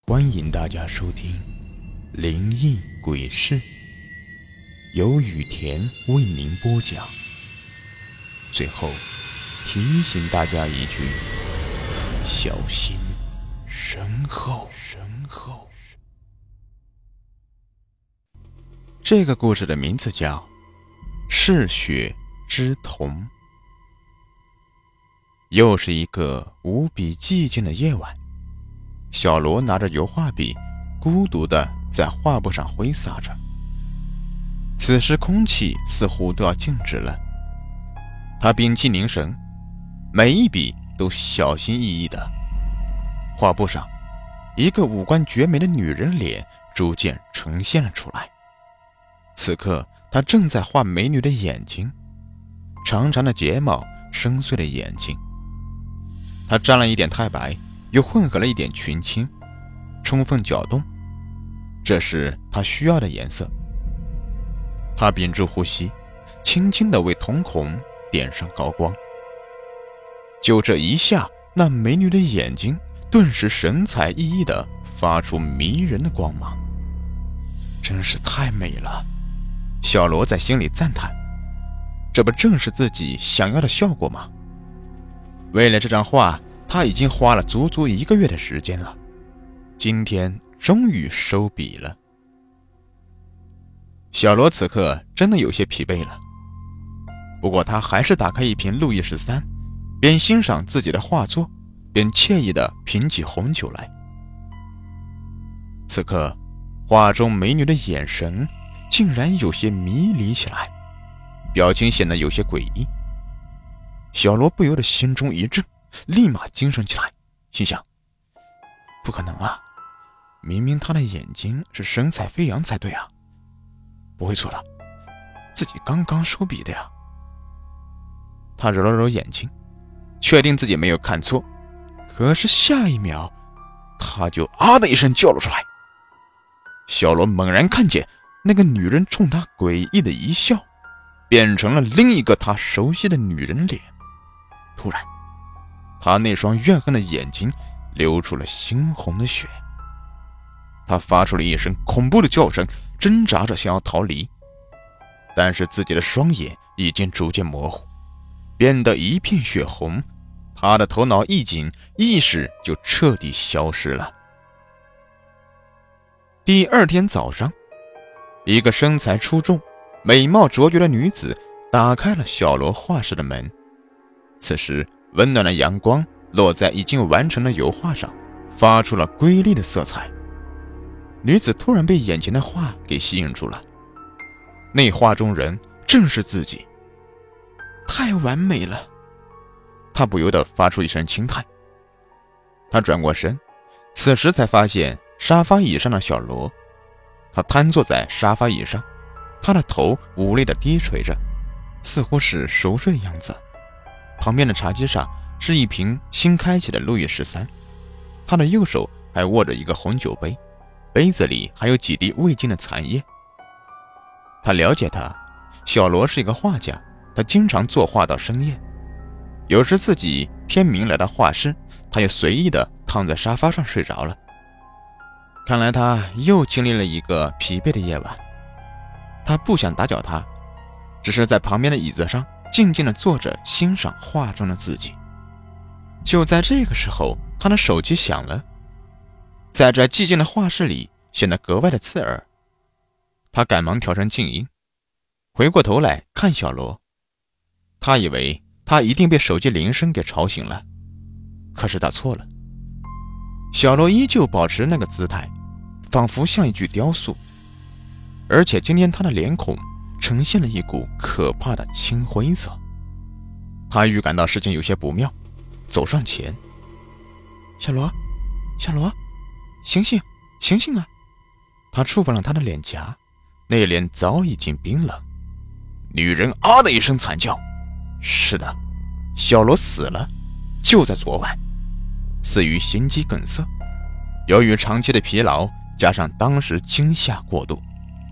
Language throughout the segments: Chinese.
欢迎大家收听灵异鬼事，由雨田为您播讲。最后提醒大家一句，小心身后。这个故事的名字叫嗜血之瞳。又是一个无比寂静的夜晚，小罗拿着油画笔，孤独地在画布上挥洒着。此时空气似乎都要静止了，他屏气凝神，每一笔都小心翼翼的。画布上，一个五官绝美的女人脸逐渐呈现了出来。此刻，他正在画美女的眼睛，长长的睫毛，深邃的眼睛。他沾了一点太白，又混合了一点群青，充分搅动，这是他需要的颜色。他屏住呼吸，轻轻地为瞳孔点上高光。就这一下，那美女的眼睛顿时神采奕奕地发出迷人的光芒，真是太美了。小罗在心里赞叹，这不正是自己想要的效果吗？为了这张画，他已经花了足足1个月的时间了，今天终于收笔了。小罗此刻真的有些疲惫了，不过他还是打开一瓶路易13，边欣赏自己的画作，边惬意地品起红酒来。此刻画中美女的眼神竟然有些迷离起来，表情显得有些诡异。小罗不由得心中一震，立马精神起来，心想：不可能啊，明明他的眼睛是神采飞扬才对啊，不会错了，自己刚刚收笔的呀。他揉了揉眼睛，确定自己没有看错，可是下一秒他就啊的一声叫了出来。小罗猛然看见那个女人冲他诡异的一笑，变成了另一个他熟悉的女人脸。突然，他那双怨恨的眼睛流出了猩红的血。他发出了一声恐怖的叫声，挣扎着想要逃离，但是自己的双眼已经逐渐模糊，变得一片血红。他的头脑一紧，意识就彻底消失了。第二天早上，一个身材出众、美貌卓绝的女子打开了小罗画室的门。此时温暖的阳光落在已经完成的油画上，发出了瑰丽的色彩。女子突然被眼前的画给吸引住了，那画中人正是自己，太完美了。她不由得发出一声轻叹。她转过身，此时才发现沙发椅上的小罗。他瘫坐在沙发椅上，他的头无力地低垂着，似乎是熟睡的样子。旁边的茶几上是一瓶新开启的路易13，他的右手还握着一个红酒杯，杯子里还有几滴未尽的残液。他了解他，小罗是一个画家，他经常作画到深夜，有时自己天明来到画室，他又随意地躺在沙发上睡着了。看来他又经历了一个疲惫的夜晚。他不想打搅他，只是在旁边的椅子上静静地坐着，欣赏画中的自己。就在这个时候，他的手机响了，在这寂静的画室里显得格外的刺耳。他赶忙调成静音，回过头来看小罗。他以为他一定被手机铃声给吵醒了，可是他错了。小罗依旧保持那个姿态，仿佛像一具雕塑，而且今天他的脸孔呈现了一股可怕的青灰色。他预感到事情有些不妙，走上前：小罗，小罗，醒醒，醒醒啊！他触碰了他的脸颊，那脸早已经冰冷。女人啊的一声惨叫。是的，小罗死了，就在昨晚，死于心肌梗塞。由于长期的疲劳，加上当时惊吓过度。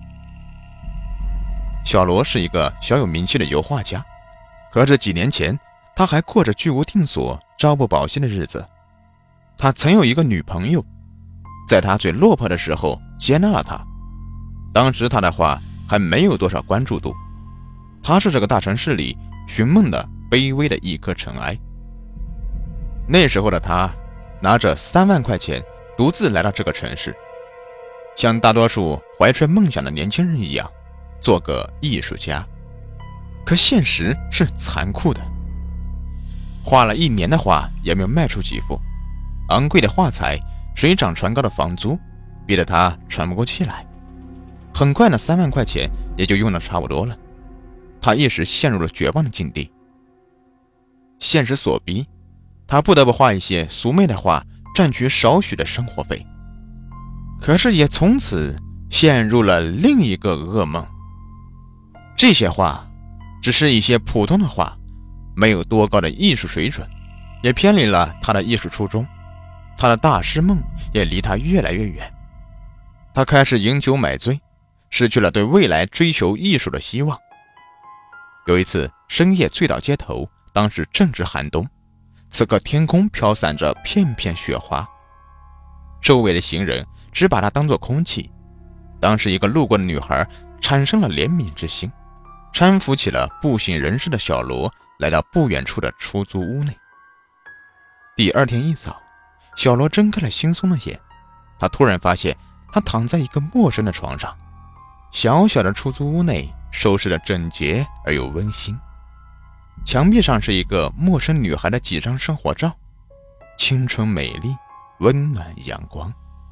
小罗是一个小有名气的油画家，可是几年前他还过着居无定所、朝不保夕的日子。他曾有一个女朋友， 在他最落魄的时候接纳了他。当时他的画还没有多少关注度，他是这个大城市里寻梦的卑微的一颗尘埃。那时候的他拿着3万块钱独自来到这个城市，像大多数怀揣梦想的年轻人一样做个艺术家。可现实是残酷的，画了1年的画也没有卖出几幅，昂贵的画材，水涨船高的房租逼得他喘不过气来。很快那3万块钱也就用得差不多了，他一时陷入了绝望的境地。现实所逼，他不得不画一些俗媚的画，赚取少许的生活费。可是也从此陷入了另一个噩梦。这些画只是一些普通的画，没有多高的艺术水准，也偏离了他的艺术初衷，他的大师梦也离他越来越远。他开始饮酒买醉，失去了对未来追求艺术的希望。有一次深夜醉倒街头，当时正值寒冬，此刻天空飘散着片片雪花，周围的行人只把他当作空气。当时一个路过的女孩产生了怜悯之心，搀扶起了不省人事的小罗，来到不远处的出租屋内。第2天一早，小罗睁开了惺忪的眼，他突然发现他躺在一个陌生的床上。小小的出租屋内收拾得整洁而又温馨，墙壁上是一个陌生女孩的几张生活照，青春美丽，温暖阳光。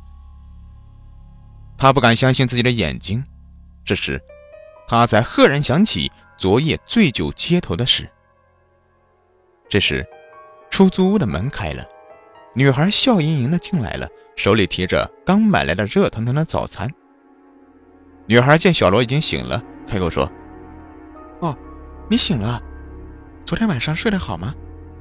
他不敢相信自己的眼睛，这时他才赫然想起昨夜醉酒街头的事。这时出租屋的门开了，女孩笑盈盈地进来了，手里提着刚买来的热腾腾的早餐。女孩见小罗已经醒了，开口说：哦，你醒了，昨天晚上睡得好吗？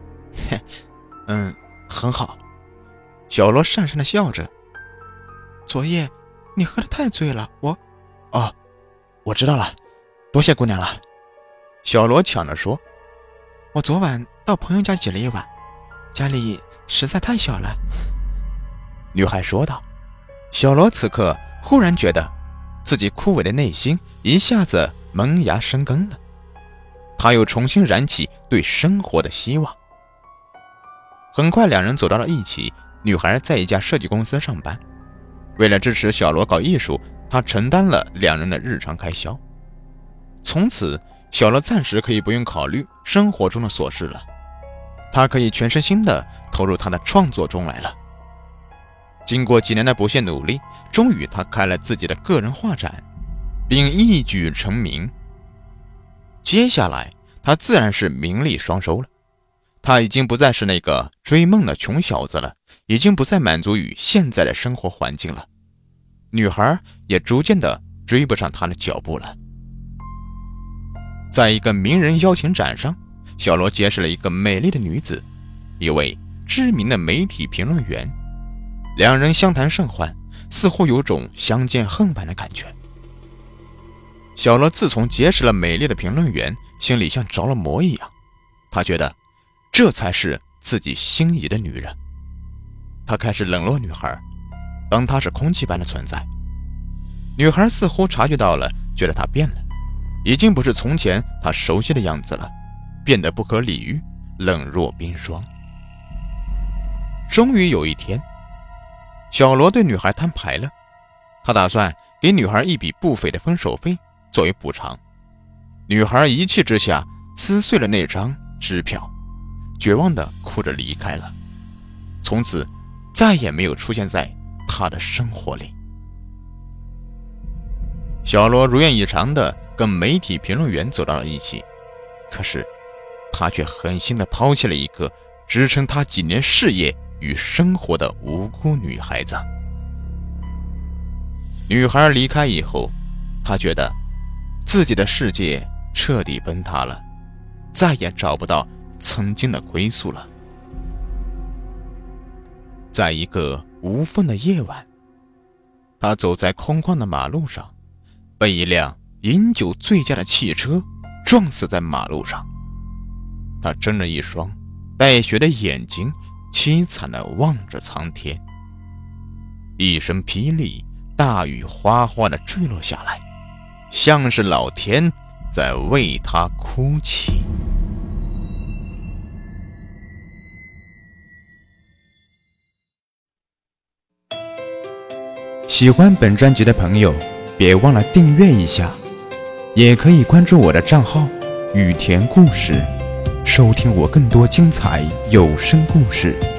很好。小罗讪讪地笑着。昨夜你喝得太醉了，我知道了，多谢姑娘了。小罗抢着说：我昨晚到朋友家挤了一晚，家里实在太小了。女孩说道。小罗此刻忽然觉得自己枯萎的内心一下子萌芽生根了，他又重新燃起对生活的希望。很快两人走到了一起，女孩在一家设计公司上班，为了支持小罗搞艺术，她承担了2人的日常开销。从此小罗暂时可以不用考虑生活中的琐事了，他可以全身心地投入他的创作中来了。经过几年的不懈努力，终于他开了自己的个人画展，并一举成名。接下来他自然是名利双收了，他已经不再是那个追梦的穷小子了，已经不再满足于现在的生活环境了，女孩也逐渐的追不上他的脚步了。在一个名人邀请展上，小罗结识了一个美丽的女子，一位知名的媒体评论员。2人相谈甚欢，似乎有种相见恨晚的感觉。小罗自从结识了美丽的评论员，心里像着了魔一样，他觉得这才是自己心仪的女人。他开始冷落女孩，当她是空气般的存在。女孩似乎察觉到了，觉得他变了，已经不是从前他熟悉的样子了，变得不可理喻，冷若冰霜。终于有一天，小罗对女孩摊牌了，他打算给女孩一笔不菲的分手费作为补偿。女孩一气之下撕碎了那张支票，绝望地哭着离开了，从此再也没有出现在他的生活里。小罗如愿以偿地跟媒体评论员走到了一起，可是他却狠心地抛弃了一个支撑他几年事业与生活的无辜女孩子。女孩离开以后，他觉得自己的世界彻底崩塌了，再也找不到曾经的归宿了。在一个无风的夜晚，他走在空旷的马路上，被一辆饮酒醉驾的汽车撞死在马路上。他睁着一双带血的眼睛，凄惨地望着苍天。 一声霹雳，大雨哗哗地坠落下来，像是老天在为他哭泣。喜欢本专辑的朋友，别忘了订阅一下，也可以关注我的账号雨田故事，收听我更多精彩有声故事。